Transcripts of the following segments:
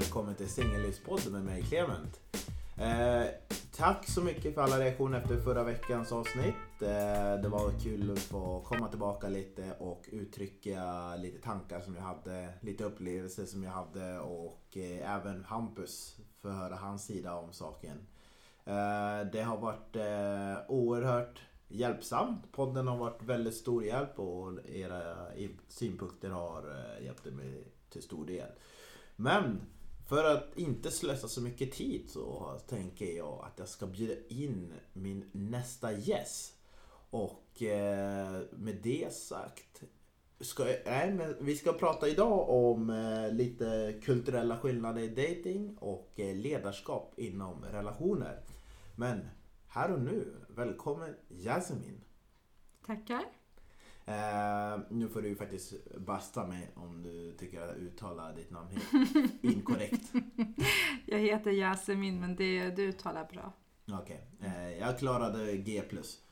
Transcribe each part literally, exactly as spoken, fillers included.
välkommen till Singellivspodden med mig Clement. Eh, tack så mycket för alla reaktioner efter förra veckans avsnitt. Eh, det var kul att få komma tillbaka lite och uttrycka lite tankar som jag hade, lite upplevelser som jag hade och eh, även Hampus för att höra hans sida om saken. Eh, det har varit eh, oerhört hjälpsamt. Podden har varit väldigt stor hjälp och era synpunkter har eh, hjälpt mig till stor del. Men för att inte slösa så mycket tid så tänker jag att jag ska bjuda in min nästa gäst. Och eh, med det sagt ska jag, nej, men vi ska prata idag om eh, lite kulturella skillnader i dating och eh, ledarskap inom relationer. Men här och nu, välkommen Jasmin. Tackar. Uh, nu får du faktiskt basta mig om du tycker att jag uttalar ditt namn helt inkorrekt. Jag heter Jasmin, men det du uttalar bra. Okej, okay. uh, jag klarade G plus.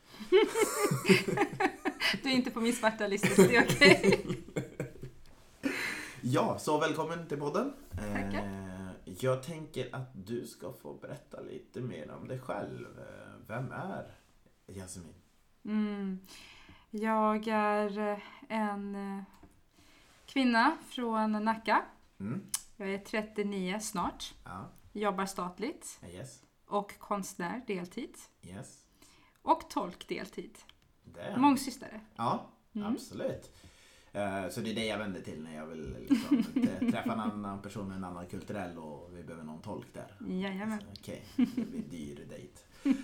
Du är inte på min svarta lista, så det är okej. Okay. Ja, så välkommen till podden. Tackar. Uh, jag tänker att du ska få berätta lite mer om dig själv. Uh, vem är Jasmin? Mm. Jag är en kvinna från Nacka. Mm. Jag är trettionio snart. Ja. Jobbar statligt. Yes. Och konstnär deltid. Yes. Och tolk deltid. Det. Mångsystare. Ja, mm. Absolut. Uh, så det är det jag vänder till när jag vill liksom, träffa en annan person med en annan kulturell och vi behöver någon tolk där. Jajamän. Okej, okay. Det blir dyr dejt.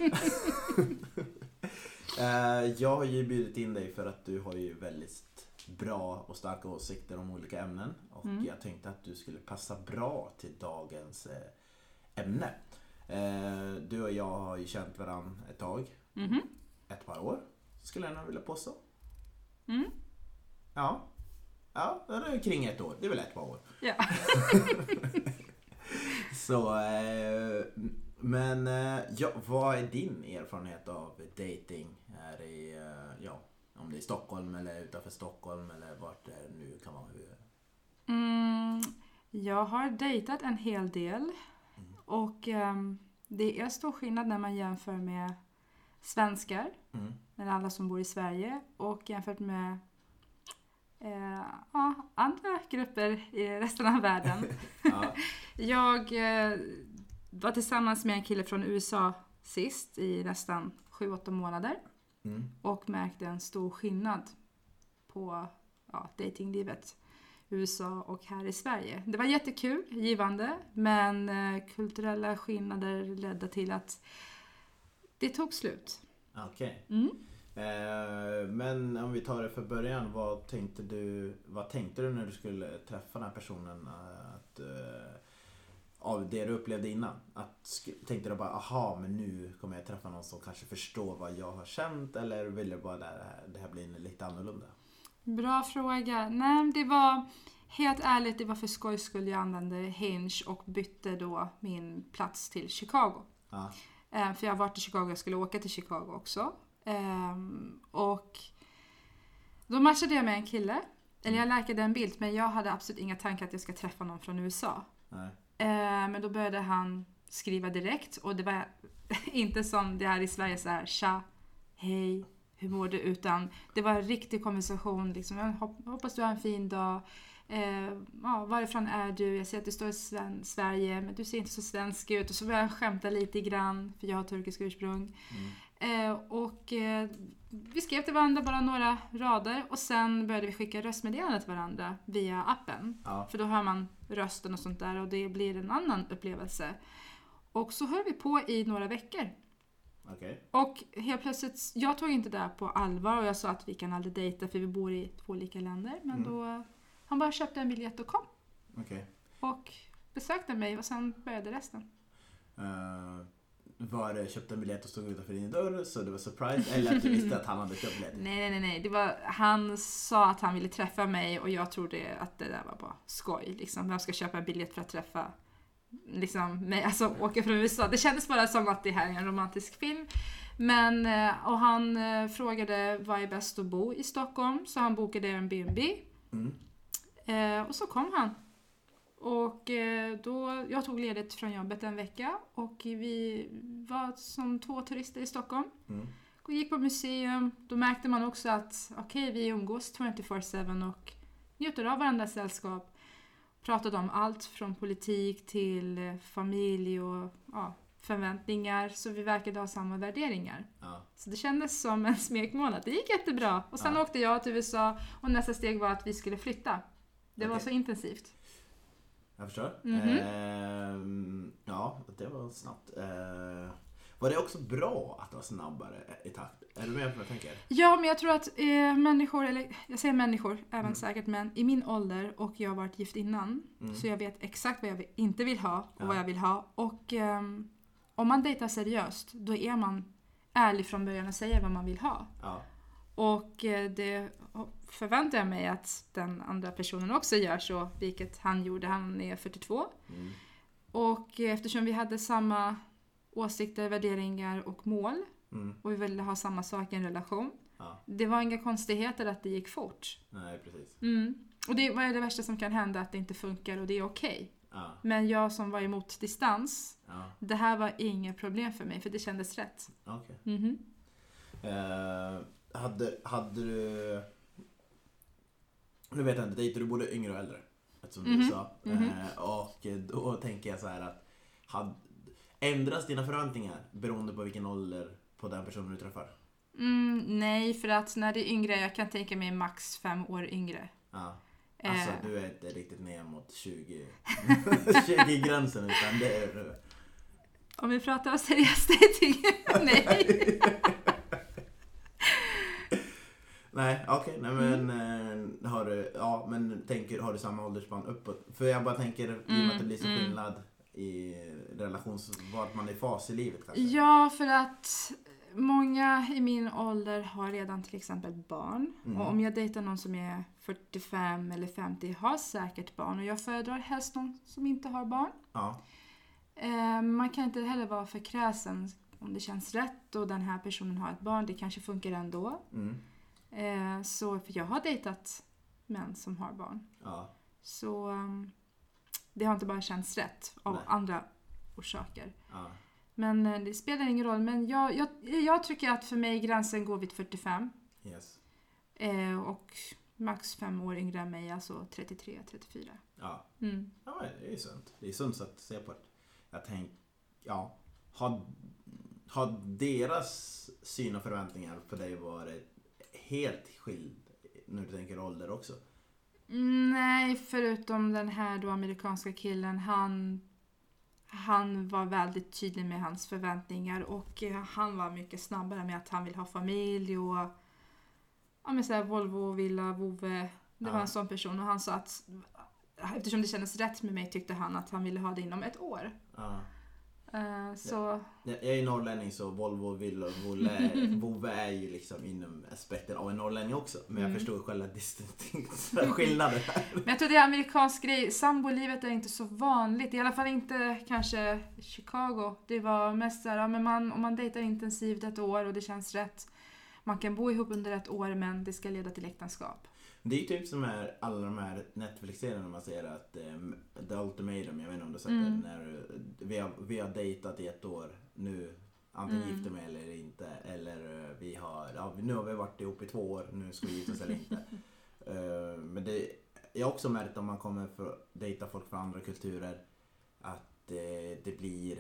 uh, jag har ju bjudit in dig för att du har ju väldigt bra och starka åsikter om olika ämnen. Och mm. jag tänkte att du skulle passa bra till dagens uh, ämne. Uh, du och jag har ju känt varandra ett tag. Mm-hmm. Ett par år, skulle jag nog vilja påstå. Mm. Ja, ja, det är kring ett år. Det är väl ett par år. Ja. Så, eh, men eh, ja, vad är din erfarenhet av dating här i, eh, ja, om det är Stockholm eller utanför Stockholm eller vart det nu kan vara? Mm, jag har dejtat en hel del mm. och um, det är stor skillnad när man jämför med svenskar, mm. med alla som bor i Sverige och jämfört med Eh, ja, andra grupper i resten av världen. Ja. Jag eh, var tillsammans med en kille från U S A sist i nästan sju åtta månader mm. och märkte en stor skillnad på ja, datinglivet i U S A och här i Sverige. Det var jättekul, givande, men eh, kulturella skillnader ledde till att det tog slut. Okej. Okay. Mm. Men om vi tar det för början, vad tänkte du vad tänkte du när du skulle träffa den här personen att, av det du upplevde innan? Att, tänkte du bara, aha, men nu kommer jag träffa någon som kanske förstår vad jag har känt, eller ville du bara det här, det här blir lite annorlunda? Bra fråga. Nej, det var helt ärligt, det var för skoj skulle jag använde Hinge och bytte då min plats till Chicago. Ah. För jag har varit i Chicago, jag skulle åka till Chicago också. Um, och då matchade jag med en kille. Eller jag likade en bild, men jag hade absolut inga tankar att jag ska träffa någon från U S A. Nej. Uh, men då började han skriva direkt. Och det var inte som det är i Sverige så här, tja, hej, hur mår du? Utan det var en riktig konversation. Liksom. Jag hoppas du har en fin dag. Uh, ja, varifrån är du? Jag ser att du står i Sven- Sverige, men du ser inte så svensk ut. Och så började jag skämta lite grann, för jag har turkisk ursprung. Mm. Eh, och eh, vi skrev till varandra bara några rader och sen började vi skicka röstmeddelanden till varandra via appen. Ja. För då hör man rösten och sånt där och det blir en annan upplevelse. Och så höll vi på i några veckor. Okay. Och helt plötsligt, jag tog inte det på allvar och jag sa att vi kan aldrig dejta för vi bor i två olika länder. Men mm. då, han bara köpte en biljett och kom. Okay. Och besökte mig och sen började resten. Uh... Var det köpte en biljett och stod utanför din dörr så det var surprise, eller att du visste att han hade köpt biljett? Nej, nej, nej. Det var, han sa att han ville träffa mig och jag trodde att det där var bara skoj. Liksom. Vem ska köpa en biljett för att träffa liksom, mig? Alltså åka från U S A. Det kändes bara som att det här är en romantisk film. Men, och han frågade vad är bäst att bo i Stockholm. Så han bokade en B and B. Mm. Och så kom han. Och eh, då, jag tog ledigt från jobbet en vecka och vi var som två turister i Stockholm. Mm. Och gick på museum. Då märkte man också att okej, okay, vi umgås tjugofyra sju och njuter av varandras sällskap. Pratade om allt från politik till familj och ja, förväntningar. Så vi verkade ha samma värderingar. Ja. Så det kändes som en smekmånad. Det gick jättebra. Och sen ja. åkte jag till U S A och nästa steg var att vi skulle flytta. Det okay. var så intensivt. Jag förstår. Mm-hmm. Eh, ja, det var snabbt. Eh, var det också bra att vara snabbare i takt? Är du med på vad jag tänker? Ja, men jag tror att eh, människor, eller jag säger människor, även mm. säkert män, i min ålder och jag har varit gift innan. Mm. Så jag vet exakt vad jag inte vill ha och ja. vad jag vill ha. Och eh, om man dejtar seriöst, då är man ärlig från början och säger vad man vill ha. Ja. Och eh, det förväntar jag mig att den andra personen också gör så, vilket han gjorde. Han är fyrtiotvå. Mm. Och eftersom vi hade samma åsikter, värderingar och mål mm. och vi ville ha samma sak i en relation. Ja. Det var inga konstigheter att det gick fort. Nej, precis. Mm. Och det var det värsta som kan hända, att det inte funkar och det är okej. Okay. Ja. Men jag som var emot distans, ja. det här var inget problem för mig för det kändes rätt. Okej. Okay. Mm-hmm. Uh, hade, hade du... Nu vet jag inte, dejtar du både yngre och äldre? Som mm-hmm. du sa. Mm-hmm. Uh, och då tänker jag så här att had, ändras dina förväntningar beroende på vilken ålder på den personen du träffar? Mm, nej, för att när det är yngre, jag kan tänka mig max fem år yngre. Ja. Alltså eh. du är inte riktigt ner mot tjugo gränsen utan det är... Om vi pratar om seriös dating, nej. Nej, okej, okay, men mm. har du, ja, men tänker, har du samma åldersspann uppåt? För jag bara tänker, mm, i och med att det blir så skillnad mm. i relations, vart man är i fas i livet kanske. Ja, för att många i min ålder har redan till exempel barn. Mm. Och om jag dejtar någon som är fyrtiofem eller femtio har säkert barn. Och jag föredrar helst någon som inte har barn. Ja. Eh, man kan inte heller vara för kräsen om det känns rätt och den här personen har ett barn. Det kanske funkar ändå. Mm. Eh, så för jag har dejtat män som har barn. Ja. Så um, det har inte bara känts rätt av Nej. andra orsaker. Ja. Men eh, det spelar ingen roll. Men jag, jag, jag tycker att för mig gränsen går vid fyrtiofem. Yes. Eh, och max fem år yngre än mig, alltså trettiotre trettiofyra. Ja. Mm. Ja, det är sunt. Det är sunt att se på det. Jag tänker, ja, har, har deras syn och förväntningar på dig varit helt skild när du tänker ålder också? Mm, nej, förutom den här då amerikanska killen, han han var väldigt tydlig med hans förväntningar och eh, han var mycket snabbare med att han vill ha familj och ja, men så här, Volvo, villa, vovve. Det ja. var en sån person och han sa att eftersom det kändes rätt med mig tyckte han att han ville ha det inom ett år. Ja. Uh, så... Jag är norrlänning så Volvo, villa, vovve är ju liksom inom aspekten av en norrlänning också. Men jag mm. förstår själva distinkta skillnaden här. Men jag tror det är amerikansk grej. Sambolivet är inte så vanligt. I alla fall inte kanske Chicago. Det var mest så här, ja, men man, om man dejtar intensivt ett år och det känns rätt. Man kan bo ihop under ett år men det ska leda till äktenskap. Det är ju typ som är alla de här Netflix-serierna man ser att um, The Ultimatum, jag vet inte om du har sett mm. det, när vi har, vi har dejtat i ett år, nu antingen mm. gifter mig eller inte, eller vi har, ja, nu har vi varit ihop i två år, nu ska vi gifta oss eller inte. uh, men det, jag har också märkt om man kommer för att dejta folk från andra kulturer att uh, det blir,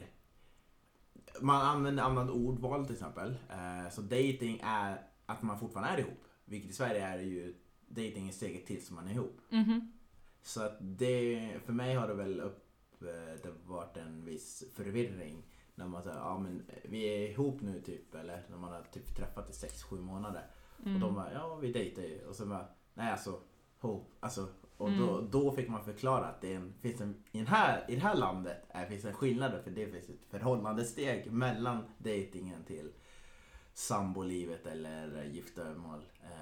man använder annat ordval till exempel, uh, så dating är att man fortfarande är ihop, vilket i Sverige är ju dating är steget till som man är ihop. Mm-hmm. Så att det, för mig har det väl upp, det varit en viss förvirring när man säger, ja men vi är ihop nu typ, eller när man har typ träffat i sex sju månader. Mm. Och de bara, ja vi dejtar ju. Och så bara, nej alltså, hope. Alltså, och mm. då, då fick man förklara att det är en, finns en, i, den här, i det här landet är, finns en skillnad, för det finns ett förhållande steg mellan datingen till sambolivet eller giftermål.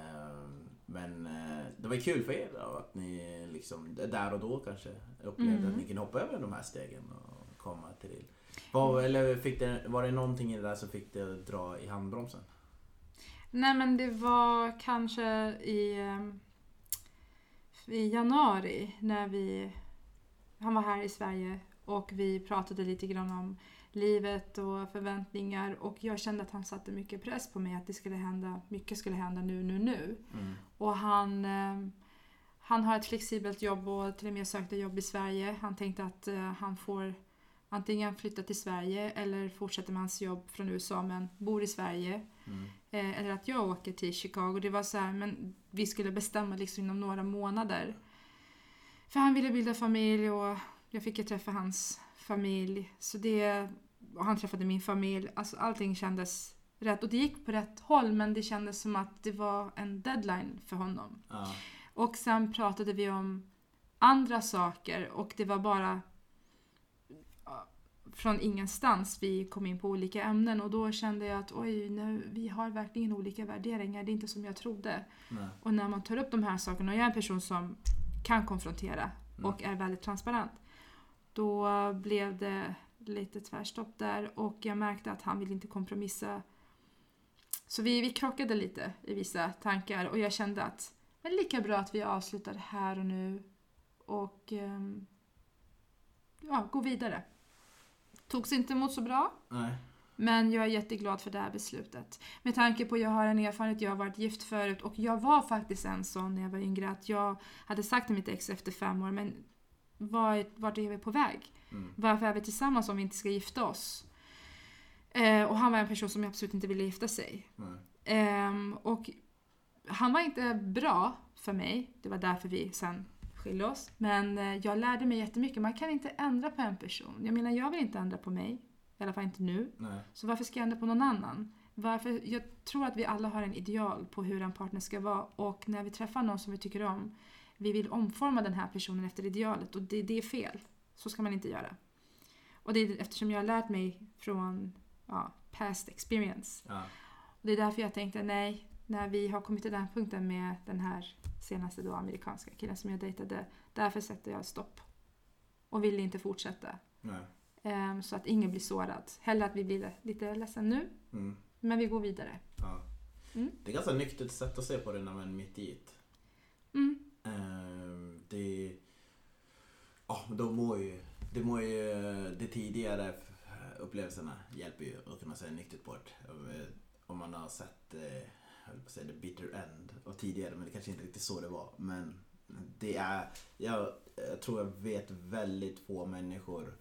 Men det var kul för er då, att ni liksom där och då kanske upplevde mm. att ni kunde hoppa över de här stegen och komma till. Var, eller fick det, var det någonting i det där som fick det dra i handbromsen? Nej, men det var kanske i, i januari när vi han var här i Sverige och vi pratade lite grann om livet och förväntningar och jag kände att han satte mycket press på mig att det skulle hända, mycket skulle hända nu, nu, nu. Mm. Och han, eh, han har ett flexibelt jobb och till och med sökte jobb i Sverige. Han tänkte att eh, han får antingen flytta till Sverige eller fortsätta med hans jobb från U S A men bor i Sverige. Mm. Eh, eller att jag åker till Chicago. Det var så här, men vi skulle bestämma liksom inom några månader. För han ville bilda familj och jag fick ju träffa hans familj. Så det, och han träffade min familj. Alltså allting kändes rätt. Och det gick på rätt håll men det kändes som att det var en deadline för honom. Ja. Och sen pratade vi om andra saker och det var bara från ingenstans vi kom in på olika ämnen och då kände jag att oj, nu, vi har verkligen olika värderingar, det är inte som jag trodde. Nej. Och när man tar upp de här sakerna, och jag är en person som kan konfrontera Mm. och är väldigt transparent, då blev det lite tvärstopp där och jag märkte att han ville inte kompromissa. Så vi, vi krockade lite i vissa tankar och jag kände att det är lika bra att vi avslutar här och nu och um, ja, gå vidare. Togs inte emot så bra. Nej. Men jag är jätteglad för det här beslutet. Med tanke på att jag har en erfarenhet, jag har varit gift förut. Och jag var faktiskt en sån när jag var yngre. Att jag hade sagt till mitt ex efter fem år. Men var, vart är vi på väg? Mm. Varför är vi tillsammans om vi inte ska gifta oss? Eh, och han var en person som absolut inte ville gifta sig. Mm. Eh, och han var inte bra för mig. Det var därför vi sen skilde oss. Men eh, jag lärde mig jättemycket. Man kan inte ändra på en person. Jag menar, jag vill inte ändra på mig. I alla fall inte nu. Nej. Så varför ska jag ändra på någon annan? Varför? Jag tror att vi alla har en ideal på hur en partner ska vara. Och när vi träffar någon som vi tycker om. Vi vill omforma den här personen efter idealet. Och det, det är fel. Så ska man inte göra. Och det är eftersom jag har lärt mig från ja, past experience. Ja. Och det är därför jag tänkte nej. När vi har kommit till den punkten med den här senaste då amerikanska killen som jag dejtade. Därför sätter jag stopp. Och vill inte fortsätta. Nej. Um, så att ingen blir sårad. Hellre att vi blir lite ledsen nu. Mm. Men vi går vidare. Ja. Mm. Det är ganska nyktert sätt att se på det när man är mitt i ett. Mm. Uh, det... Ja, oh, då mår ju... Det mår ju... De tidigare upplevelserna hjälper ju att kunna säga nyktert på det. Om man har sett... Jag vill säga the bitter end och tidigare, men det kanske inte riktigt så det var. Men det är... Jag, jag tror jag vet väldigt få människor...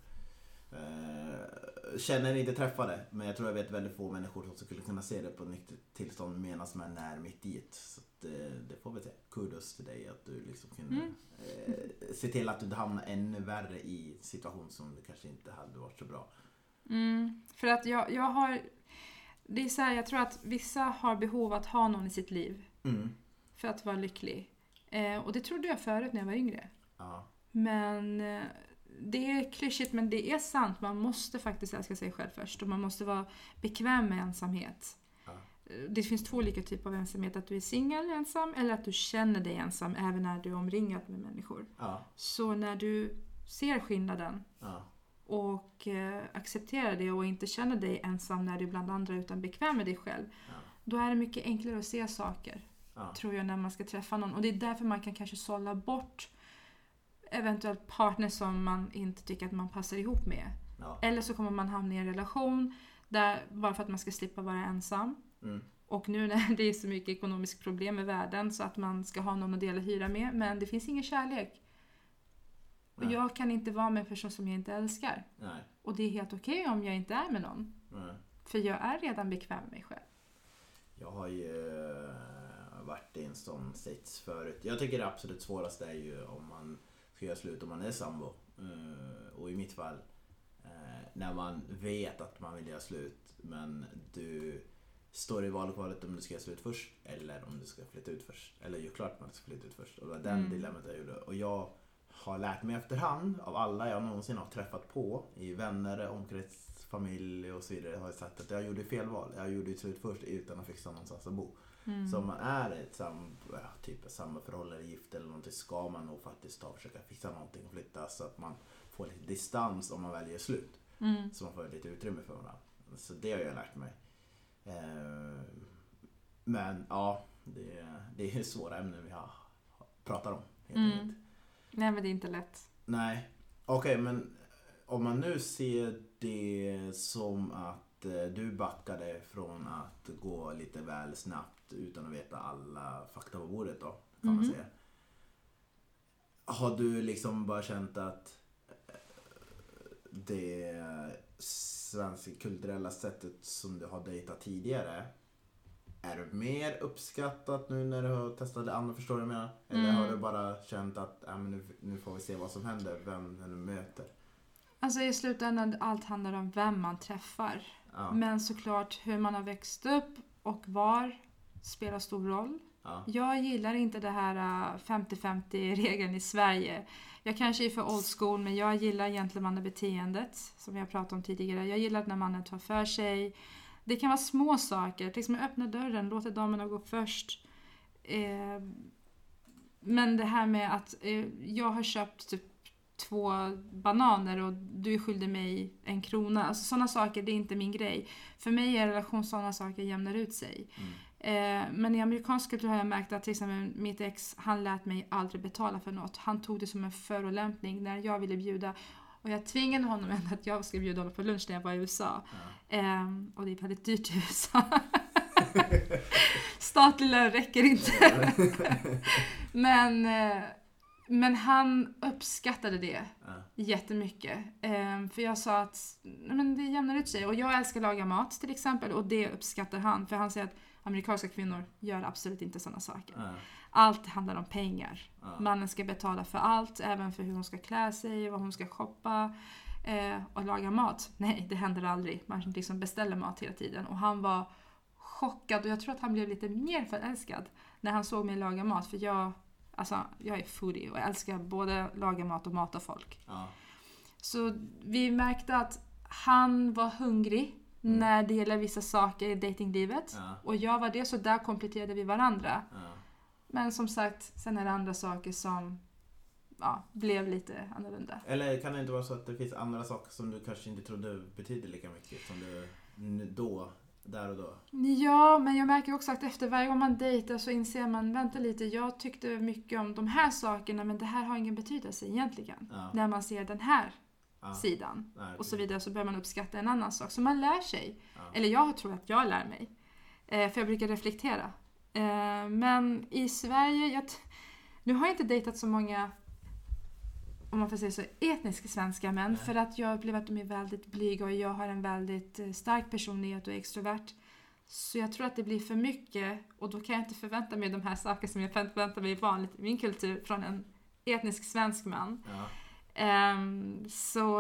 Uh, känner inte träffade, men jag tror jag vet väldigt få människor som skulle kunna se det på nyktert tillstånd medan man är mitt i ett. Så att, uh, det får vi säga. Kudos till dig att du liksom kunde Mm. uh, se till att du inte hamnar ännu värre i situation som det kanske inte hade varit så bra. Mm. För att jag, jag har... Det är så här, jag tror att vissa har behov att ha någon i sitt liv. Mm. För att vara lycklig. Eh, och det trodde jag förut när jag var yngre. Ja. Men... Eh, det är klyschigt men det är sant. Man måste faktiskt älska sig själv först. Och man måste vara bekväm med ensamhet. Ja. Det finns två olika typer av ensamhet. Att du är singel ensam eller att du känner dig ensam även när du är omringad med människor. Ja. Så när du ser skillnaden Ja. och eh, accepterar det och inte känner dig ensam när du är bland andra utan bekväm med dig själv. Ja. Då är det mycket enklare att se saker. Ja. Tror jag när man ska träffa någon. Och det är därför man kan kanske sålla bort eventuellt partner som man inte tycker att man passar ihop med. Ja. Eller så kommer man hamna i en relation där, bara för att man ska slippa vara ensam. Mm. Och nu när det är så mycket ekonomisk problem i världen så att man ska ha någon att dela hyra med. Men det finns ingen kärlek. Och Nej. jag kan inte vara med en person som jag inte älskar. Nej. Och det är helt okej om jag inte är med någon. Nej. För jag är redan bekväm med mig själv. Jag har ju varit i en sån sits förut. Jag tycker det absolut svåraste är ju om man ska göra slut om man är sambo. Och i mitt fall, när man vet att man vill göra slut men du står i valkvalet om du ska göra slut först eller om du ska flytta ut först. Eller ju klart man ska flytta ut först. Och det var den Mm. dilemmat jag gjorde. Och jag har lärt mig efterhand av alla jag någonsin har träffat på i vänner, omkrets, familj och så vidare har jag sagt att jag gjorde fel val. Jag gjorde ett slut först utan att fixa någonstans att bo. Mm. Så om man är ett sam, ja, typ ett samförhållande, gift eller någonting ska man nog faktiskt ta och försöka fixa någonting och flytta så att man får lite distans om man väljer slut. Mm. Så man får lite utrymme för varandra. Så det har jag lärt mig. Eh, men ja, det, det är svåra ämnen vi har, pratar om helt Mm. enkelt. Nej men det är inte lätt. Nej, Okej, okay, men om man nu ser det som att eh, du backade från att gå lite väl snabbt utan att veta alla fakta på bordet då, kan mm. man säga. Har du liksom bara känt att det svenska kulturella sättet som du har dejtat tidigare, är det mer uppskattat nu när du har testat det andra, förstår du vad jag menar? Eller mm. har du bara känt att äh, men nu, nu får vi se vad som händer, vem du möter? Alltså i slutändan allt handlar om vem man träffar. Ja. Men såklart hur man har växt upp och var spelar stor roll. Ja. Jag gillar inte det här femtio femtio-regeln i Sverige. Jag kanske är för old school, men jag gillar gentlemannabeteendet som jag pratade om tidigare. Jag gillar när mannen tar för sig. Det kan vara små saker, liksom öppna dörren, låta damerna gå först. Eh, men det här med att eh, jag har köpt typ två bananer och du skyllde mig en krona. Alltså sådana saker, det är inte min grej. För mig är relation sådana saker jämnar ut sig. Mm. Eh, men i amerikansk kultur har jag märkt att till exempel mitt ex, han lät mig aldrig betala för något. Han tog det som en förolämpning när jag ville bjuda. Och jag tvingade honom att jag ska bjuda honom på lunch när jag var i U S A. Ja. Eh, och det är väldigt dyrt i U S A. Statlig lön räcker inte. men, eh, men han uppskattade det ja. jättemycket. Eh, för jag sa att men det jämnar ut sig. Och jag älskar att laga mat till exempel. Och det uppskattar han. För han säger att amerikanska kvinnor gör absolut inte sådana saker. Ja. Allt handlar om pengar. Ja. Mannen ska betala för allt. Även för hur hon ska klä sig. Vad hon ska shoppa. Eh, och laga mat. Nej, det händer aldrig. Man liksom beställer mat hela tiden. Och han var chockad. Och jag tror att han blev lite mer förälskad. När han såg mig laga mat. För jag, alltså, jag är foodie. Och jag älskar både laga mat och mata folk. Ja. Så vi märkte att han var hungrig. Mm. När det gäller vissa saker i datinglivet. Ja. Och jag var det, så där kompletterade vi varandra. Ja. Men som sagt, sen är det andra saker som ja, blev lite annorlunda. Eller kan det inte vara så att det finns andra saker som du kanske inte trodde betyder lika mycket som du då, där och då? Ja, men jag märker också att efter varje gång man dejtar så inser man, vänta lite, jag tyckte mycket om de här sakerna, men det här har ingen betydelse egentligen. Ja. När man ser den här ah. sidan. Nej, och så vidare, så börjar man uppskatta en annan sak. Så man lär sig. Ah. Eller jag tror att jag lär mig. Eh, för jag brukar reflektera. Eh, men i Sverige, jag t- nu har jag inte dejtat så många, om man får säga så, etniska svenska män. Nej. För att jag upplever att de är väldigt blyga. Och jag har en väldigt stark personlighet och extrovert. Så jag tror att det blir för mycket. Och då kan jag inte förvänta mig de här saker som jag förväntar mig vanligt i min kultur från en etnisk svensk man. Ja. Um, så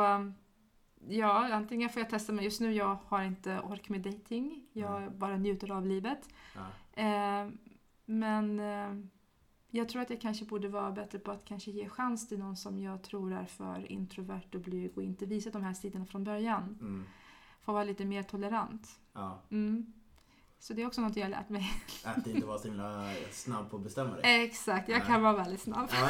ja, antingen får jag testa, men just nu jag har inte ork med dating. Jag mm. bara njuter av livet. Ja. Uh, men uh, jag tror att jag kanske borde vara bättre på att kanske ge chans till någon som jag tror är för introvert och blyg och inte visa de här sidorna från början. Mm. Få vara lite mer tolerant. Ja. Mm. Så det är också något jag har lärt mig. Att inte vara så himla snabb på att bestämma dig. Exakt, jag ja. kan vara väldigt snabb. Ja.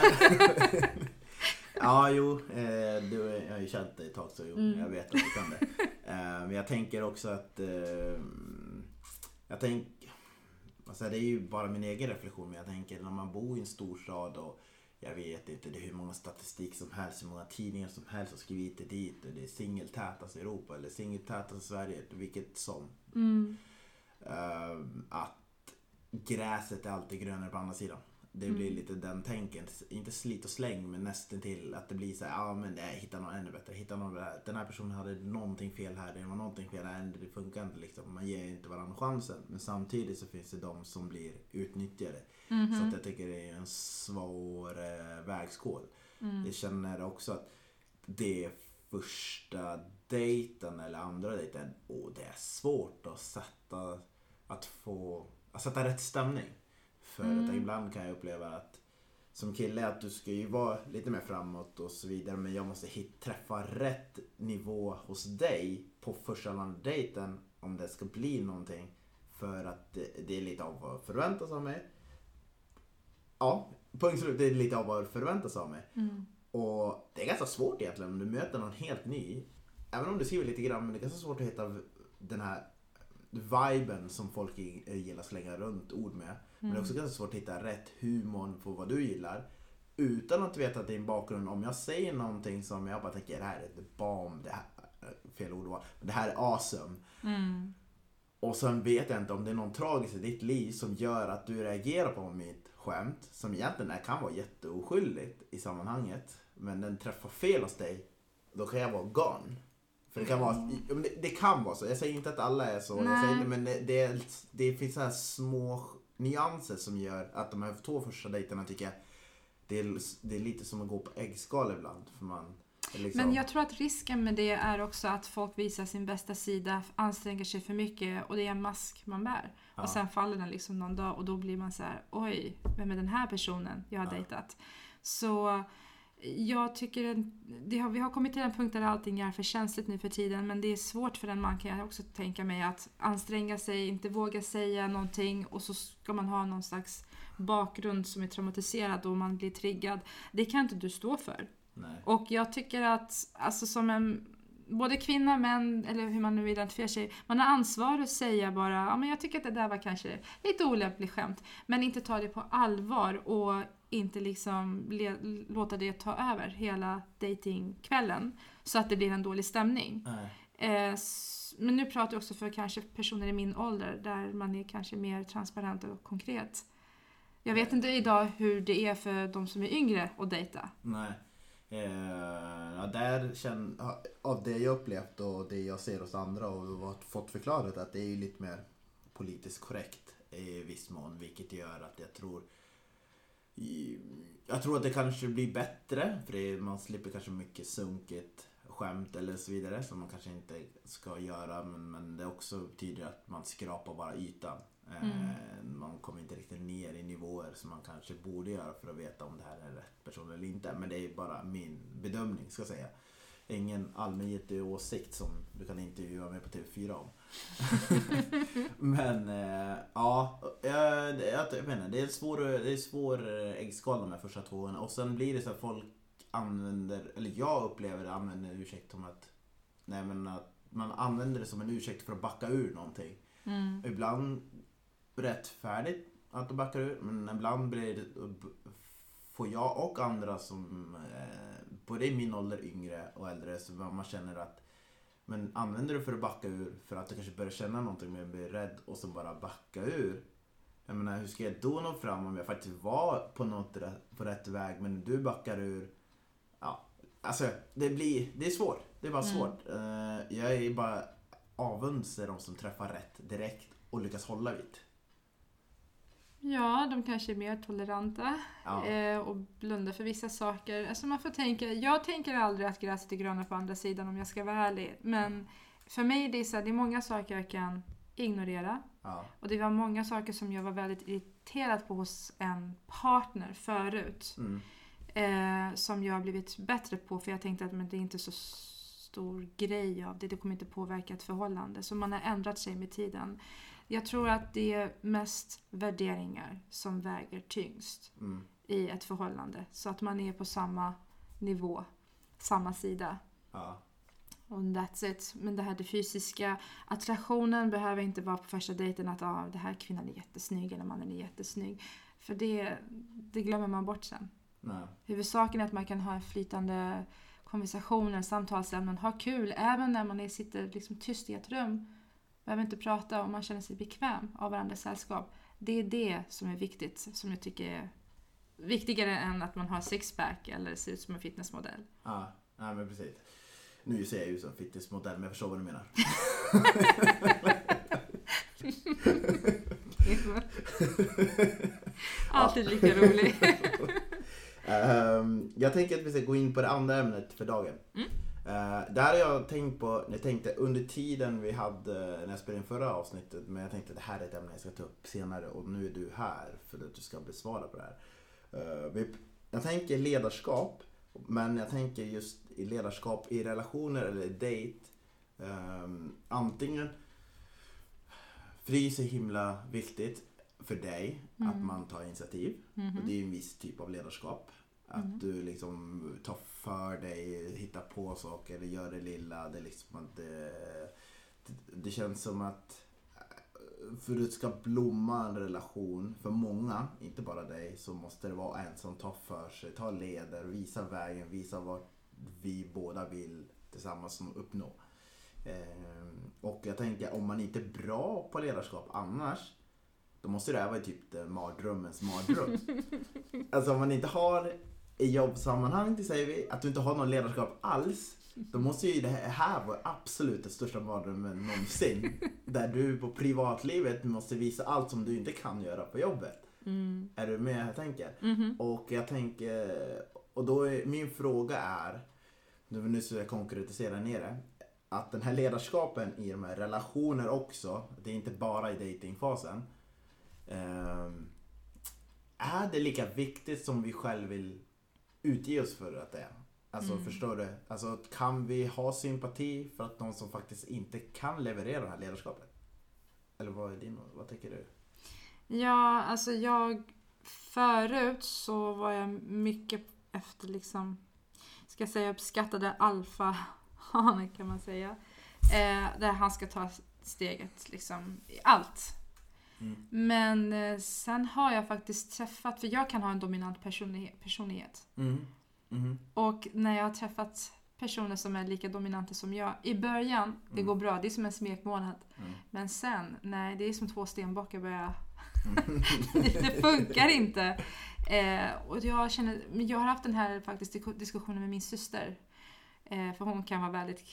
Ja, jo, eh, du, jag har ju känt dig ett tag, så jo, mm. jag vet att du kan det. Eh, men jag tänker också att eh, jag tänker, alltså det är ju bara min egen reflektion, men jag tänker när man bor i en storstad och jag vet inte, det är hur många statistik som helst, hur många tidningar som helst har skrivit det dit, det är singeltätast i Europa eller singeltätast i Sverige, vilket som. Mm. Eh, att gräset är alltid grönare på andra sidan. Det blir mm. lite den tänken, inte slit och släng, men nästan till att det blir så här, ja men jag hittar någon ännu bättre, hittar någon där. Den här personen hade någonting fel här, det var någonting fel här, det funkar inte liksom, man ger inte varandra chansen. Men samtidigt så finns det de som blir utnyttjade. Mm-hmm. Så att jag tycker det är en svår eh, vägskål. Mm. Jag känner också att det första dejten eller andra dejten, åh det är svårt att sätta, att få, att sätta rätt stämning. För mm. att ibland kan jag uppleva att som kille att du ska ju vara lite mer framåt och så vidare, men jag måste hit, träffa rätt nivå hos dig på första dejten om det ska bli någonting, för att det, det är lite av vad förväntas av mig. Ja, punkt slut, det är lite av vad förväntas av mig. Mm. Och det är ganska svårt egentligen om du möter någon helt ny, även om du skriver lite grann, men det är ganska svårt att hitta den här viben som folk gillar slänga runt ord med. Mm. Men det är också ganska svårt att hitta rätt humor på vad du gillar. utan att veta din bakgrund, om jag säger någonting som jag bara tänker, det här är ett bomb, det här fel ord var, det här är awesome. Mm. Och sen vet jag inte om det är någon tragisk i ditt liv som gör att du reagerar på mitt skämt, som egentligen kan vara jätteoskyldigt i sammanhanget, men den träffar fel hos dig, då kan jag vara gone. För det kan vara, det, det kan vara så. Jag säger inte att alla är så, jag säger, men det, det, det finns så här små nyanser som gör att de här två första dejterna tycker jag, det är, det är lite som att gå på äggskal ibland. För man, liksom... Men jag tror att risken med det är också att folk visar sin bästa sida, anstränger sig för mycket och det är en mask man bär. Ja. Och sen faller den liksom någon dag och då blir man så här: oj, vem är den här personen jag har ja. dejtat? Så jag tycker det har, vi har kommit till en punkt där allting är för känsligt nu för tiden, men det är svårt för en man, kan jag också tänka mig, att anstränga sig, inte våga säga någonting och så ska man ha någon slags bakgrund som är traumatiserad och man blir triggad. Det kan inte du stå för. Nej. Och jag tycker att alltså som en både kvinna, män eller hur man nu identifierar sig, man har ansvar att säga bara, ja men jag tycker att det där var kanske lite olämpligt skämt, men inte ta det på allvar och inte liksom le, låta det ta över hela datingkvällen så att det blir en dålig stämning. Eh, men nu pratar jag också för kanske personer i min ålder där man är kanske mer transparent och konkret. Jag vet inte idag hur det är för de som är yngre att dejta. Nej. Eh, ja, där känn, av det jag upplevt och det jag ser hos andra och fått förklarat att det är lite mer politiskt korrekt i viss mån, vilket gör att jag tror jag tror att det kanske blir bättre för det, man slipper kanske mycket sunkigt skämt eller så vidare som man kanske inte ska göra, men, men det också betyder att man skrapar bara ytan. Mm. Man kommer inte riktigt ner i nivåer som man kanske borde göra för att veta om det här är rätt person eller inte. Men det är bara min bedömning, ska jag säga. Ingen allmängiltig åsikt som du kan intervjua mig på T V fyra om. Men äh, ja, jag, jag menar, det är svår, det är svår äggskal de här första två åren. Och sen blir det så att folk använder, eller jag upplever det, använder en ursäkt som att, nej men att man använder det som en ursäkt för att backa ur någonting. Mm. Ibland rättfärdigt att de backar ur, men ibland blir det, får jag och andra som eh, både i min ålder, yngre och äldre, så man känner att men använder du för att backa ur för att du kanske börjar känna någonting men blir rädd och så bara backa ur. Jag menar, hur ska jag då nå fram om jag faktiskt var på något på rätt väg men du backar ur? Ja, alltså det blir, det är svårt. Det är bara mm. svårt. Uh, jag är bara avundsar de som träffar rätt direkt och lyckas hålla vid. Ja, de kanske är mer toleranta ja. eh, och blundar för vissa saker. Alltså man får tänka, jag tänker aldrig att gräset är gröna på andra sidan om jag ska vara ärlig. Men för mig är det, så här, det är många saker jag kan ignorera. Ja. Och det var många saker som jag var väldigt irriterad på hos en partner förut. Mm. Eh, som jag har blivit bättre på, för jag tänkte att men det är inte så stor grej av det. Det kommer inte påverka ett förhållande. Så man har ändrat sig med tiden. Jag tror att det är mest värderingar som väger tyngst mm. i ett förhållande. Så att man är på samma nivå, samma sida. Ja. Och that's it. Men det här, det fysiska attraktionen behöver inte vara på första dejten att ah, det här kvinnan är jättesnygg eller mannen är jättesnygg. För det, det glömmer man bort sen. Nej. Huvudsaken är att man kan ha en flytande konversationer, samtalsämnen, ha kul även när man är, sitter liksom tyst i ett rum. Behöver inte prata och man känner sig bekväm av varandras sällskap. Det är det som är viktigt, som jag tycker är viktigare än att man har sixpack eller ser ut som en fitnessmodell. Ja, nej men precis. Nu ser jag ju som fitnessmodell, men jag förstår vad du menar. Alltid lika rolig. um, jag tänker att vi ska gå in på det andra ämnet för dagen. Mm. Uh, där har jag tänkt på, jag tänkte under tiden vi hade, när jag spelade in förra avsnittet, men jag tänkte att det här är ett ämne jag ska ta upp senare och nu är du här för att du ska besvara på det här. Uh, vi, jag tänker ledarskap, men jag tänker just i ledarskap i relationer eller dejt. Um, antingen, för det är så himla viktigt för dig mm. att man tar initiativ. Mm-hmm. Och det är en viss typ av ledarskap. Att mm. du liksom tar för dig, hittar på saker, gör det lilla. Det, liksom att det, det känns som att för att det ska blomma en relation för många, inte bara dig, så måste det vara en som tar för sig, tar leder, visar vägen, visar vad vi båda vill tillsammans som uppnå. Eh, och jag tänker, om man inte är bra på ledarskap annars, då måste det här vara typ det mardrömmens mardröm. Alltså om man inte har i jobbsammanhang, det säger vi, att du inte har någon ledarskap alls, då måste ju det här vara absolut det största mardrömmen någonsin. Där du på privatlivet måste visa allt som du inte kan göra på jobbet. Mm. Är du med jag tänker? Mm-hmm. Och jag tänker, och då är min fråga är, nu ska jag konkretisera ner det, att den här ledarskapen i de här relationer också, det är inte bara i datingfasen, eh, är det lika viktigt som vi själv vill utge oss för att det är? Alltså mm. förstår du? Alltså kan vi ha sympati för att någon som faktiskt inte kan leverera det här ledarskapet? Eller vad är din, vad tänker du? Ja, alltså jag förut så var jag mycket efter liksom, ska jag säga, uppskattade alfa-hanen kan man säga. Eh, där han ska ta steget liksom i allt. Mm. Men eh, sen har jag faktiskt träffat, för jag kan ha en dominant personlighet. personlighet. Mm. Mm. Och när jag har träffat personer som är lika dominanta som jag, i början, mm. det går bra, det är som en smekmånad. Mm. Men sen, nej, det är som två stenbockar börjar. det, det funkar inte. Eh, och jag känner, jag har haft den här faktiskt diskussionen med min syster. Eh, för hon kan vara väldigt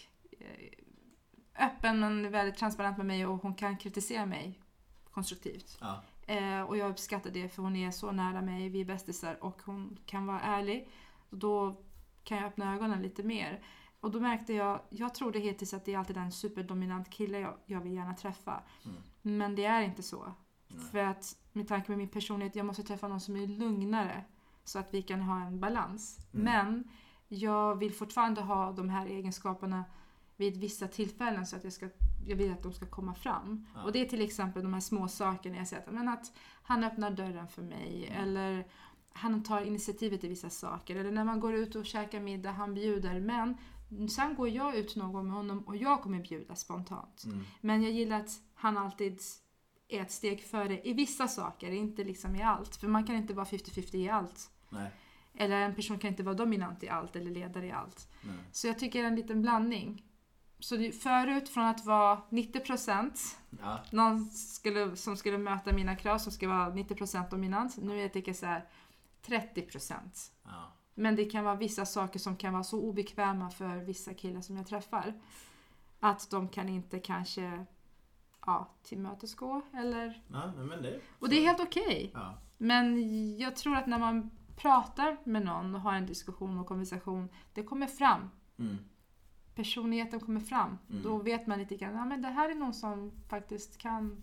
eh, öppen men väldigt transparent med mig, och hon kan kritisera mig konstruktivt. Ja. Eh, och jag uppskattar det, för hon är så nära mig, vi är bästisar, och hon kan vara ärlig. Och då kan jag öppna ögonen lite mer. Och då märkte jag, jag trodde hittills att det är alltid en superdominant kille jag, jag vill gärna träffa. Mm. Men det är inte så. Nej. För att med tanke med min personlighet, jag måste träffa någon som är lugnare. Så att vi kan ha en balans. Mm. Men jag vill fortfarande ha de här egenskaperna vid vissa tillfällen, så att jag, ska, jag vill att de ska komma fram. Ja. Och det är till exempel de här små sakerna jag säger. Men att han öppnar dörren för mig. Mm. Eller han tar initiativet i vissa saker. Eller när man går ut och käkar middag, han bjuder. Men sen går jag ut någon gång med honom och jag kommer bjuda spontant. Mm. Men jag gillar att han alltid är ett steg före i vissa saker, inte liksom i allt. För man kan inte vara femtio femtio i allt. Nej. Eller en person kan inte vara dominant i allt eller ledare i allt. Nej. Så jag tycker det är en liten blandning. Så det, förut från att vara nittio procent ja. någon skulle, som skulle möta mina krav som ska vara nittio procent dominant. Nu är jag tycker så här trettio procent. Ja. Men det kan vara vissa saker som kan vara så obekväma för vissa killar som jag träffar. Att de kan inte kanske ja, tillmötesgå eller... Ja, men det... Och det är helt okej. Okay. Ja. Men jag tror att när man pratar med någon och har en diskussion och konversation, det kommer fram. Mm. Personligheten kommer fram. Mm. Då vet man lite grann, ja men det här är någon som faktiskt kan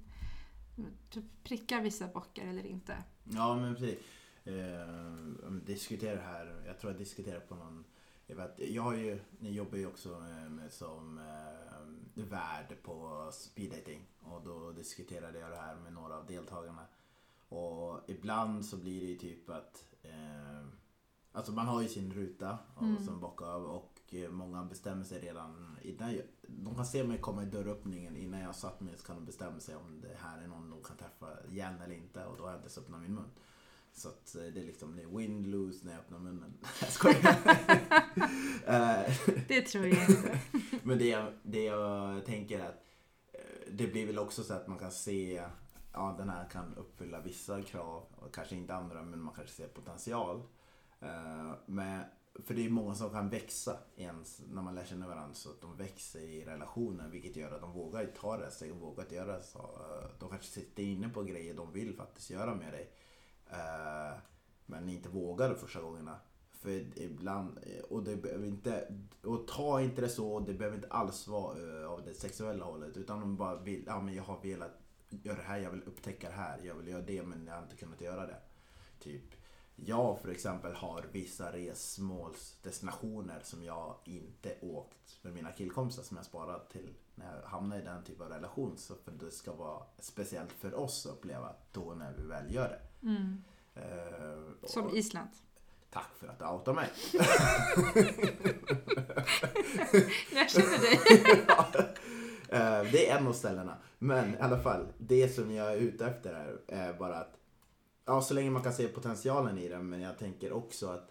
typ pricka vissa bockar eller inte. Ja, men precis. Eh, diskuterar här, jag tror jag diskuterar på någon, jag vet, jag har ju, ni jobbar ju också med, som eh, värd på speed dating, och då diskuterade jag det här med några av deltagarna, och ibland så blir det ju typ att eh, alltså man har ju sin ruta och mm. som bockar av, och många bestämmer sig redan innan jag, de kan se mig komma i dörröppningen innan jag satt mig, så kan de bestämma sig om det här är någon de kan träffa igen eller inte, och då har jag inte öppnat min mun. Så att det är liksom det är win, lose när jag öppnar munnen. Jag skojar. Det tror jag inte. Men det jag, det jag tänker är att det blir väl också så att man kan se, ja den här kan uppfylla vissa krav och kanske inte andra, men man kanske ser potential. Men för det är många som kan växa ens när man lär känna varandra, så att de växer i relationen, vilket gör att de vågar ta det sig och vågar göra så. De kanske sitter inne på grejer de vill faktiskt göra med dig. Uh, men inte vågade första gångerna, för ibland, och det behöver inte, och ta inte det så, det behöver inte alls vara uh, av det sexuella hållet, utan de bara vill, ja men jag har velat göra det här, jag vill upptäcka det här, jag vill göra det, men jag har inte kunnat göra det. Typ jag för exempel har vissa resmålsdestinationer som jag inte åkt med mina killkompisar, som jag sparat till när jag hamnar i den typen av relation, så för det ska vara speciellt för oss att uppleva då när vi väl gör det. Mm. Uh, som och, Island. Tack för att du outar mig. Jag känner dig. Det är en av ställena. Men i alla fall, det som jag är ute efter här är bara att ja, så länge man kan se potentialen i det, men jag tänker också att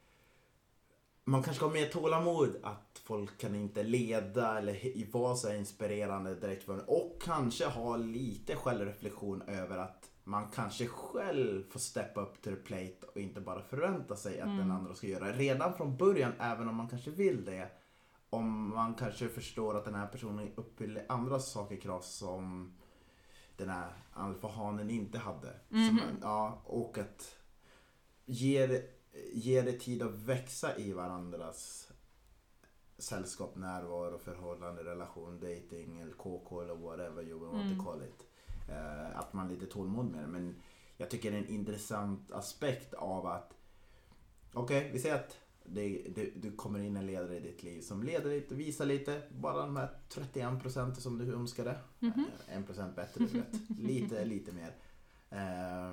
man kanske har mer tålamod att folk kan inte leda eller vara så inspirerande direkt för, och kanske ha lite självreflektion över att man kanske själv får steppa upp till the plate och inte bara förvänta sig att mm. den andra ska göra redan från början, även om man kanske vill det. Om man kanske förstår att den här personen uppfyller andra saker, krav som den här alfahanen inte hade. Mm-hmm. Som, ja, och att ge det, ge det tid att växa i varandras sällskap, närvaro, förhållande, relation, dating eller K K eller whatever you want mm. to call it. Uh, att man är lite tålmod med det. Men jag tycker det är en intressant aspekt av att okej, okay, vi säger att det, det, du kommer in en ledare i ditt liv som leder lite, visar lite, bara de här trettioen procent som du önskade. Mm-hmm. Uh, en procent bättre, du vet. Lite, lite mer. Uh,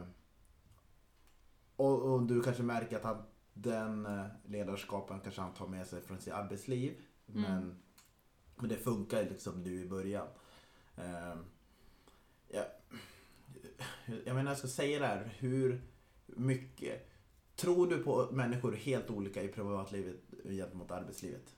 och, och du kanske märker att han, den uh, ledarskapen kanske han tar med sig från sitt arbetsliv. Mm. Men, men det funkar liksom nu i början. Uh, ja, jag menar, jag ska säga det här, hur mycket tror du på människor helt olika i privatlivet gentemot arbetslivet?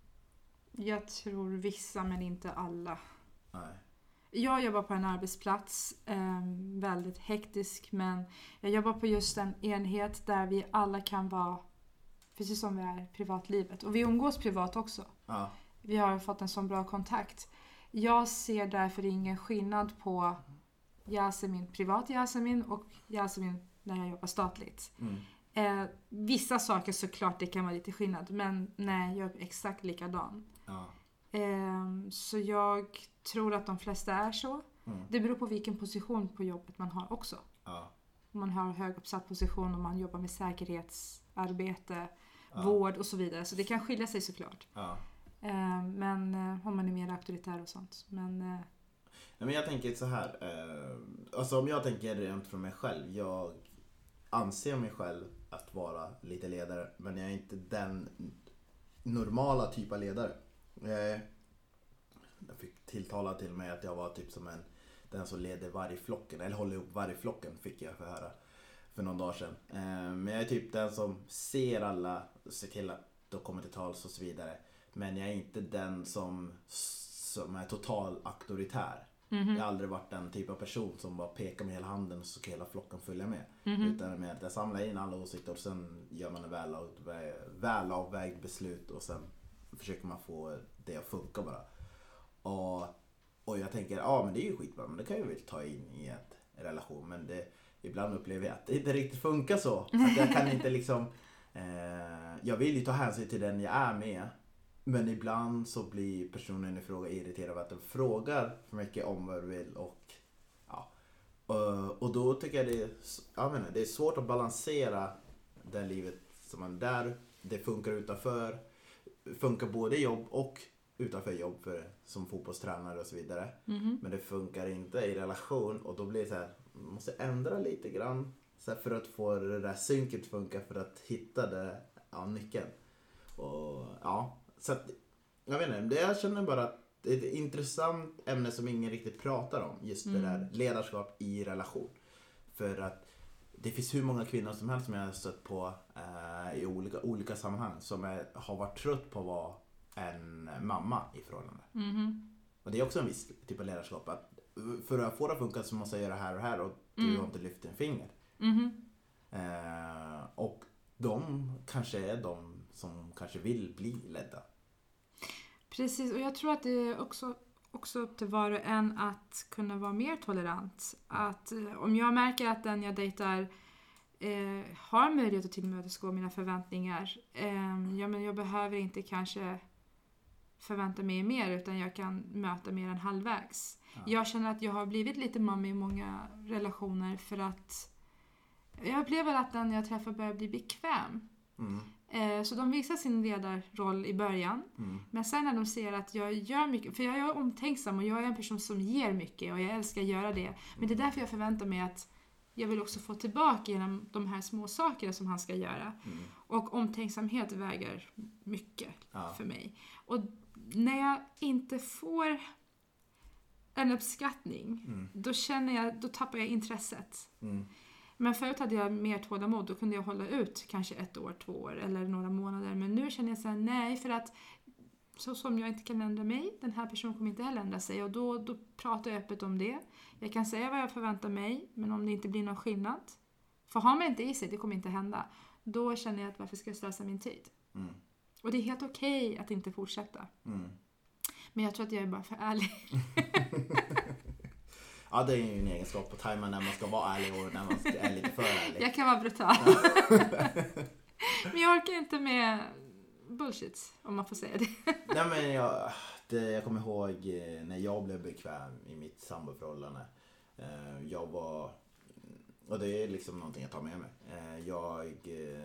Jag tror vissa, men inte alla. Nej. Jag jobbar på en arbetsplats, eh, väldigt hektisk, men jag jobbar på just en enhet där vi alla kan vara precis som vi är i privatlivet. Och vi umgås privat också. Ja. Vi har fått en sån bra kontakt. Jag ser därför ingen skillnad på Yasemin, privat Yasemin och Yasemin när jag jobbar statligt. Mm. Eh, vissa saker såklart det kan vara lite skillnad, men nej, jag är exakt likadan. Ja. Eh, så jag tror att de flesta är så. Mm. Det beror på vilken position på jobbet man har också. Ja. Om man har höguppsatt position och man jobbar med säkerhetsarbete, ja. vård och så vidare. Så det kan skilja sig såklart. Ja. Eh, men eh, om man är mer auktoritär och sånt. Men... Eh, Nej, men jag tänker så här. Eh, alltså om jag tänker rent från mig själv. Jag anser mig själv att vara lite ledare. Men jag är inte den normala typ av ledare. Eh, jag fick tilltala till mig att jag var typ som en den som leder vargflocken. Eller håller ihop vargflocken, fick jag för höra för någon dag sedan. Eh, men jag är typ den som ser alla, ser till att de kommer till tals och så vidare. Men jag är inte den som, som är total auktoritär. Mm-hmm. Jag har aldrig varit den typ av person som bara pekar med hela handen och så ska hela flocken följa med. Mm-hmm. Utan med att jag samlar in alla åsikter och sen gör man en välavvägd, välavvägd beslut och sen försöker man få det att funka bara. Och, och jag tänker, ja men det är ju skitbra, men det kan jag väl ta in i ett relation. Men det, ibland upplever jag att det inte riktigt funkar så. Att jag kan inte liksom, eh, jag vill ju ta hänsyn till den jag är med. Men ibland så blir personen i fråga irriterad av att den frågar för mycket om vad du vill. Och, ja. och, och då tycker jag det är, jag menar, det är svårt att balansera det livet som man där. Det funkar utanför. Funkar både jobb och utanför jobb för, som fotbollstränare och så vidare. Mm-hmm. Men det funkar inte i relation. Och då blir det så här, man måste ändra lite grann. Så här, för att få det där synket funka, för att hitta det, ja, nyckeln. Och ja... Så att, jag vet inte, jag känner bara att det är ett intressant ämne som ingen riktigt pratar om. Just mm. det där ledarskap i relation. För att det finns hur många kvinnor som helst som jag har stött på eh, i olika, olika sammanhang. Som är, har varit trött på att vara en mamma i förhållande. Mm. Och det är också en viss typ av ledarskap. Att för att få det att funka så måste jag göra här och här. Och du mm. har inte lyft en finger. Mm. Eh, och de kanske är de som kanske vill bli ledda. Precis, och jag tror att det är också, också upp till var och en att kunna vara mer tolerant. Att eh, om jag märker att den jag dejtar eh, har möjlighet att tillmötesgå mina förväntningar. Eh, ja, men jag behöver inte kanske förvänta mig mer, utan jag kan möta mer än halvvägs. Ja. Jag känner att jag har blivit lite mamma i många relationer för att jag upplever att den jag träffar börjar bli bekväm. Mm. Så de visar sin ledarroll i början. Mm. Men sen när de ser att jag gör mycket, för jag är omtänksam och jag är en person som ger mycket och jag älskar att göra det. Men det är därför jag förväntar mig att jag vill också få tillbaka genom de här små sakerna som han ska göra. Mm. Och omtänksamhet väger mycket ja. för mig. Och när jag inte får en uppskattning, mm. då känner jag, då tappar jag intresset. Mm. Men förut hade jag mer tålamod, då kunde jag hålla ut kanske ett år, två år eller några månader. Men nu känner jag så här, nej, för att så som jag inte kan ändra mig, den här personen kommer inte heller ändra sig. Och då, då pratar jag öppet om det. Jag kan säga vad jag förväntar mig, men om det inte blir någon skillnad, för har man inte i sig, det kommer inte hända. Då känner jag att varför ska jag slösa min tid? Mm. Och det är helt okej okay att inte fortsätta. Mm. Men jag tror att jag är bara för ärlig. Ja, det är ju en egenskap på tajma när man ska vara ärlig och när man är lite för ärlig. Jag kan vara brutal. Men jag orkar inte med bullshit, om man får säga det. Nej, men jag, det, jag kommer ihåg när jag blev bekväm i mitt samboförhållande. Jag var, och det är liksom någonting jag tar med mig. Jag,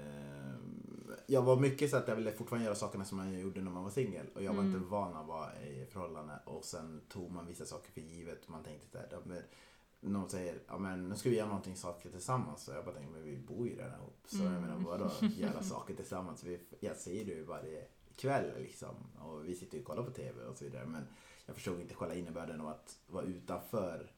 jag var mycket så att jag ville fortfarande göra sakerna som man gjorde när man var singel. Och jag var mm. inte van att vara i förhållande. Och sen tog man vissa saker för givet. Man tänkte så här, någon säger, ja men nu ska vi göra någonting saker tillsammans. Så jag bara tänkte, men vi bor ju redan ihop. Så mm. jag menar, vadå göra saker tillsammans? Vi, jag ser det ju varje kväll liksom. Och vi sitter ju och kollar på tv och så vidare. Men jag förstod inte själva innebörden av att vara utanför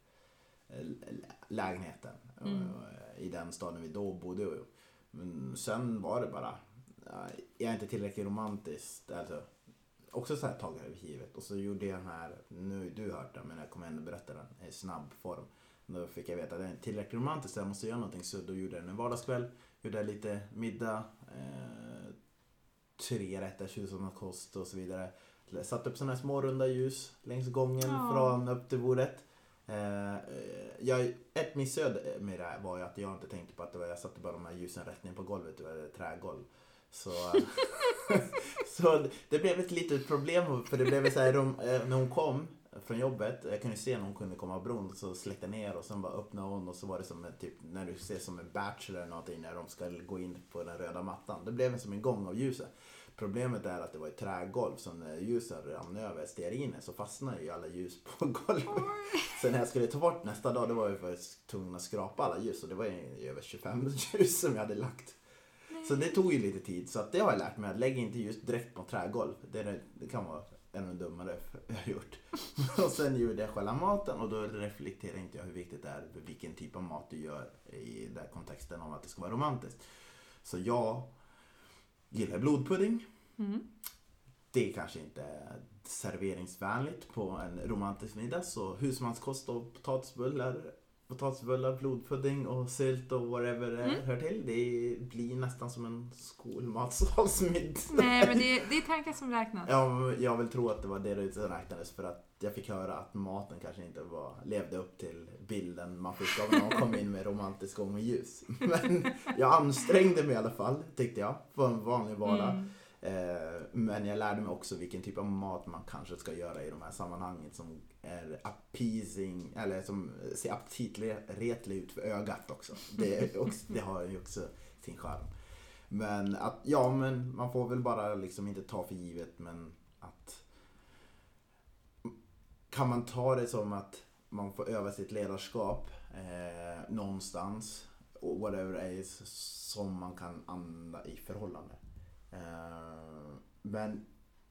lägenheten. Mm. I den staden vi då bodde. Men sen var det bara, jag är inte tillräckligt romantisk. Alltså, också så här taget över givet. Och så gjorde jag den här, nu har du hört den, men jag kommer ändå berätta den i snabb form. Då fick jag veta att jag är tillräckligt romantisk, så jag måste göra någonting. Så då gjorde jag en vardagskväll, gjorde jag lite middag, eh, tre rätter, tjugohundrakost och så vidare. Satt upp sådana här små runda ljus längs gången oh. från upp till bordet. Eh, jag, ett missöde med det här var ju att jag inte tänkte på att det var, jag satte bara de här ljusen rätt ner på golvet, det var ett trägolv. Så, så det blev ett litet problem, för det blev så här, de, när hon kom från jobbet, jag kunde se när hon kunde komma av bron, så släckte ner och sen bara öppnade hon, och så var det som en, typ, när du ser som en bachelor eller någonting när de ska gå in på den röda mattan. Det blev som en gång av ljuset. Problemet är att det var ett trägolv, så när ljusen rann över stearinen så fastnade ju alla ljus på golvet. Så när jag skulle ta bort nästa dag, det var jag tvungen att skrapa alla ljus, och det var ju över tjugofem ljus som jag hade lagt. Så det tog ju lite tid, så att det har jag lärt mig, att lägga inte just direkt på trägolv. Det, är, det kan vara en av de dummare jag har gjort. Och sen gjorde jag själva maten, och då reflekterar inte jag hur viktigt det är vilken typ av mat du gör i den kontexten om att det ska vara romantiskt. Så jag gillar blodpudding. Mm. Det är kanske inte är serveringsvänligt på en romantisk middag, så husmanskost och potatisbullar potatisbullar, blodpudding och sylt och whatever det mm. hör till. Det blir nästan som en skolmatsalsmiddag. Nej, men det är, det är tankar som räknas. Ja, jag vill tro att det var det som räknades, för att jag fick höra att maten kanske inte var, levde upp till bilden man fick av när man kom in med romantisk gång och ljus. Men jag ansträngde mig i alla fall, tyckte jag, på en vanlig vardag. Mm. Men jag lärde mig också vilken typ av mat man kanske ska göra i de här sammanhangen som är appeasing, eller som ser aptitretlig ut för ögat också. Det, också, det har ju också sin charm. Men att, ja, men man får väl bara liksom inte ta för givet, men att kan man ta det som att man får öva sitt ledarskap eh, någonstans, whatever it is, som man kan använda i förhållande. Uh, men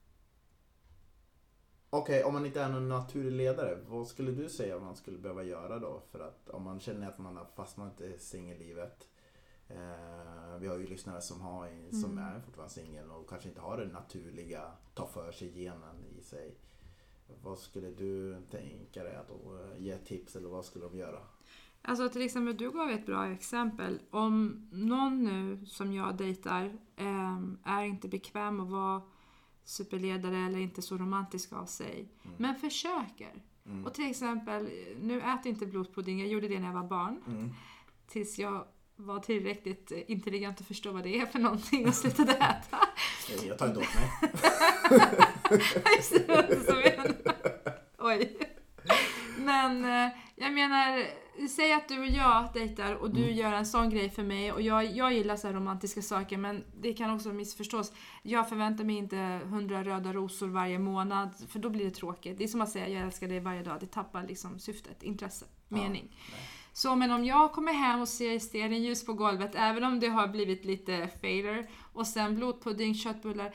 okej, okay, om man inte är någon naturlig ledare, vad skulle du säga om man skulle behöva göra då? För att om man känner att man har fastnat i singellivet, uh, vi har ju lyssnare som, har, mm. som är fortfarande singel och kanske inte har det naturliga ta för sig genen i sig. Vad skulle du tänka dig att då, ge tips, eller vad skulle de göra? Alltså till exempel, du gav ett bra exempel. Om någon nu som jag dejtar eh, är inte bekväm att vara superledare eller inte så romantisk av sig. Mm. Men försöker. Mm. Och till exempel, nu äter inte blodpudding. Jag gjorde det när jag var barn. Mm. Tills jag var tillräckligt intelligent att förstå vad det är för någonting och slutade äta. Jag tar inte åt mig. Just det, var inte som jag. Oj. Men jag menar, säg att du och jag dejtar och du mm. gör en sån grej för mig, och jag, jag gillar så här romantiska saker, men det kan också missförstås. Jag förväntar mig inte hundra röda rosor varje månad, för då blir det tråkigt. Det är som att säga jag älskar dig varje dag. Det tappar liksom syftet, intresse, mening. Ja, så men om jag kommer hem och ser stearinljus på golvet, även om det har blivit lite failure, och sen blodpudding, köttbullar,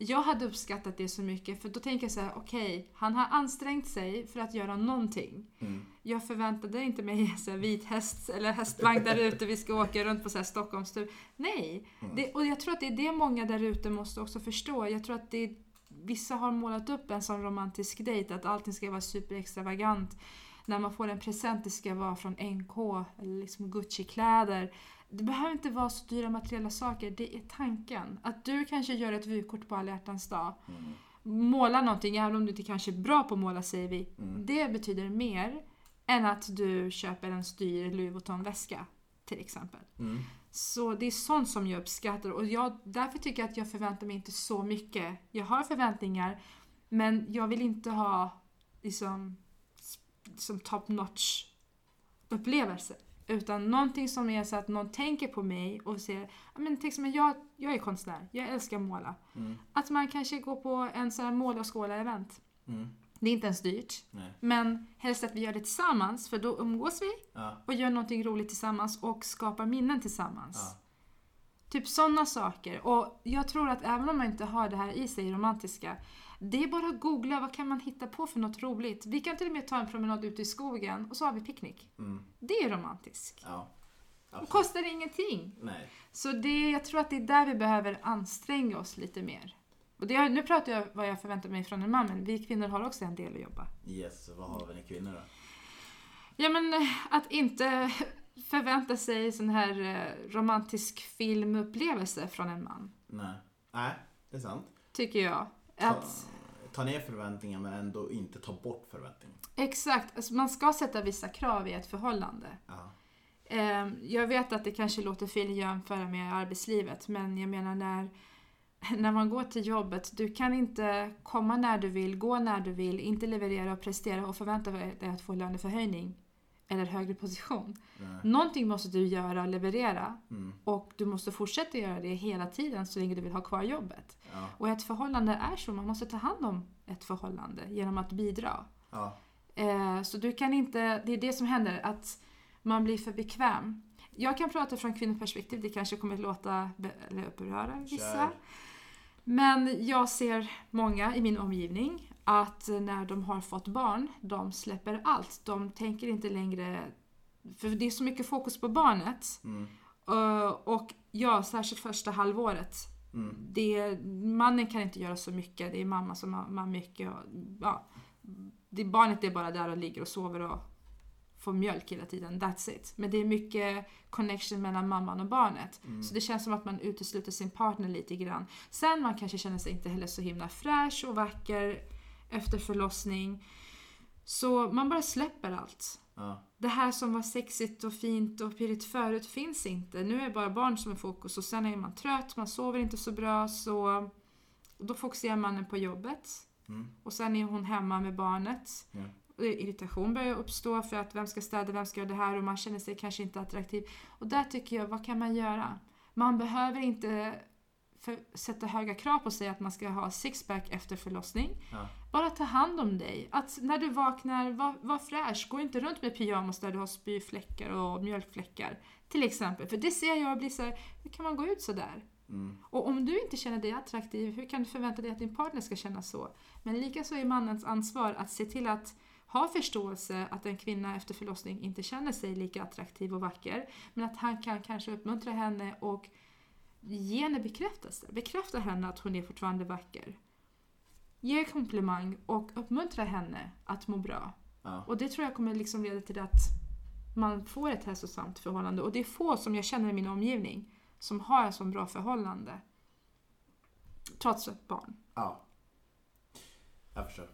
jag hade uppskattat det så mycket. För då tänker jag så här, okej, okay, han har ansträngt sig för att göra någonting. Mm. Jag förväntade inte mig så här vit häst eller hästvagn där ute. Vi ska åka runt på så här Stockholmstur. Nej, mm. det, och jag tror att det är det många där ute måste också förstå. Jag tror att det är, vissa har målat upp en sån romantisk dejt. Att allting ska vara superextravagant. När man får en present, det ska vara från N K eller liksom Gucci-kläder. Det behöver inte vara så dyra materiella saker. Det är tanken. Att du kanske gör ett vykort på alla hjärtans dag. Mm. Måla någonting, även om du inte kanske är bra på att måla, säger vi. Mm. Det betyder mer än att du köper en styr Louis Vuitton-väska, till exempel. Mm. Så det är sånt som jag uppskattar. Och jag, därför tycker jag att jag förväntar mig inte så mycket. Jag har förväntningar, men jag vill inte ha liksom, som top-notch upplevelse. Utan någonting som är så att någon tänker på mig och säger, men tänk som jag, jag är konstnär, jag älskar att måla. Mm. Att man kanske går på en sån här måla- och skåla-event. Mm. Det är inte ens dyrt. Nej. Men helst att vi gör det tillsammans, för då umgås vi ja. och gör någonting roligt tillsammans och skapar minnen tillsammans. Ja. Typ sådana saker. Och jag tror att även om man inte har det här i sig romantiska, det är bara att googla, vad kan man hitta på för något roligt. Vi kan till och med ta en promenad ute i skogen och så har vi picknick. Mm. Det är romantiskt. Ja, och kostar ingenting. Nej. Så det, jag tror att det är där vi behöver anstränga oss lite mer. Och det, nu pratar jag vad jag förväntar mig från en man, men vi kvinnor har också en del att jobba. Yes, vad har vi ni kvinnor då? Ja, men att inte förvänta sig sån här romantisk filmupplevelse från en man. Nej, Nej det är sant. Tycker jag. Att ta, ta ner förväntningar men ändå inte ta bort förväntningar. Exakt, alltså man ska sätta vissa krav i ett förhållande. Ja. Jag vet att det kanske låter fel att jämföra med arbetslivet, men jag menar när, när man går till jobbet, du kan inte komma när du vill, gå när du vill, inte leverera och prestera och förvänta dig att få löneförhöjning eller högre position. Nej. Någonting måste du göra och leverera mm. och du måste fortsätta göra det hela tiden så länge du vill ha kvar jobbet. Ja. Och ett förhållande är så, man måste ta hand om ett förhållande genom att bidra. Ja. Eh, så du kan inte, det är det som händer, att man blir för bekväm. Jag kan prata från kvinnoperspektiv, det kanske kommer att låta eller uppröra vissa. Kär. Men jag ser många i min omgivning att när de har fått barn, de släpper allt. De tänker inte längre, för det är så mycket fokus på barnet. Mm. Uh, och ja, särskilt första halvåret. Mm. Det, mannen kan inte göra så mycket, det är mamma som har, har mycket. Och, ja, det, barnet är bara där och ligger och sover och får mjölk hela tiden, that's it. Men det är mycket connection mellan mamman och barnet. Mm. Så det känns som att man utesluter sin partner lite grann. Sen man kanske känner sig inte heller så himla fräsch och vacker efter förlossning. Så man bara släpper allt. Ja. Det här som var sexigt och fint och pirrigt förut finns inte. Nu är det bara barn som är fokus. Och sen är man trött, man sover inte så bra. Så då fokuserar mannen på jobbet. Mm. Och sen är hon hemma med barnet. Ja. Irritation börjar uppstå för att vem ska städa, vem ska göra det här, och man känner sig kanske inte attraktiv. Och där tycker jag, vad kan man göra? Man behöver inte för, sätta höga krav på sig att man ska ha sixpack efter förlossning. Ja. Bara ta hand om dig. Att när du vaknar, var, var fräsch. Gå inte runt med pyjamas där du har spyfläckar och mjölkfläckar. Till exempel. För det ser jag blir så här, hur kan man gå ut så där? Mm. Och om du inte känner dig attraktiv, hur kan du förvänta dig att din partner ska känna så? Men lika så är mannens ansvar att se till att ha förståelse att en kvinna efter förlossning inte känner sig lika attraktiv och vacker. Men att han kan kanske uppmuntra henne och ge henne bekräftelse. Bekräfta henne att hon är fortfarande vacker. Ge komplimang och uppmuntra henne att må bra. Ja. Och det tror jag kommer liksom leda till att man får ett hälsosamt förhållande. Och det är få som jag känner i min omgivning som har ett så bra förhållande. Trots ett barn. Ja. Jag förstår.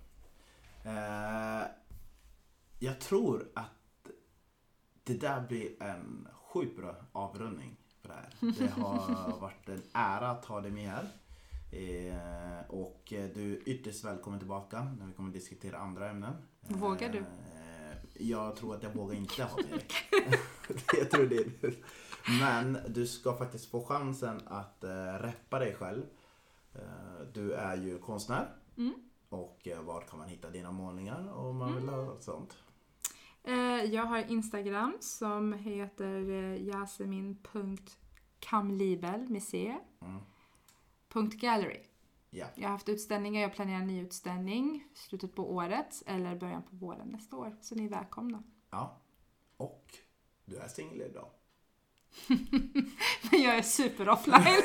Eh, jag tror att det där blir en sjukt bra avrundning för det här. Det har varit en ära att ha dig med här. Eh, och du är ytterst välkommen tillbaka när vi kommer att diskutera andra ämnen. Vågar du? Eh, jag tror att jag vågar inte ha med dig. Jag tror det. Men du ska faktiskt få chansen att uh, reppa dig själv. Uh, du är ju konstnär. Mm. Och uh, var kan man hitta dina målningar om man mm. vill ha sånt? Uh, jag har Instagram som heter uh, jasemin punkt kamlibel med C. Mm. Punkt gallery. Ja. Jag har haft utställningar, jag planerar en ny utställning slutet på året eller början på våren nästa år. Så ni är välkomna. Ja, och du är singel idag. Men jag är super offline.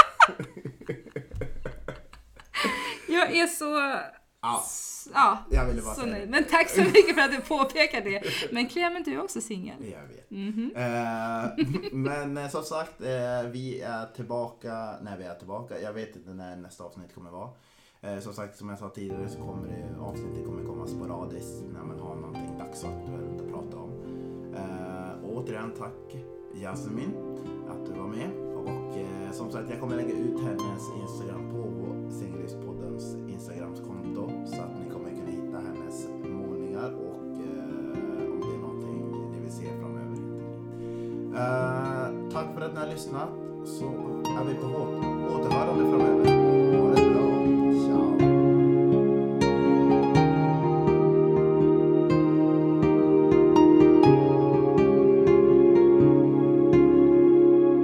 Jag är så... Ja, ja jag ville bara så säga nöjd. det. Men tack så mycket för att du påpekar det. Men Clement, du är också singel. Jag vet. Mm-hmm. Eh, men eh, som sagt, eh, vi är tillbaka när vi är tillbaka. Jag vet inte när nästa avsnitt kommer vara. Eh, som sagt, som jag sa tidigare så kommer det, avsnittet kommer komma sporadiskt när man har någonting dagsaktuellt att prata om. Eh, och återigen tack Jasmin att du var med. Och eh, som sagt, jag kommer lägga ut hennes Instagram på Singellivspoddens Instagramskonto så att ni kommer kunna hitta hennes målningar och eh, om det är någonting ni vill se framöver. Eh, tack för att ni har lyssnat, så är vi på återhörande framöver.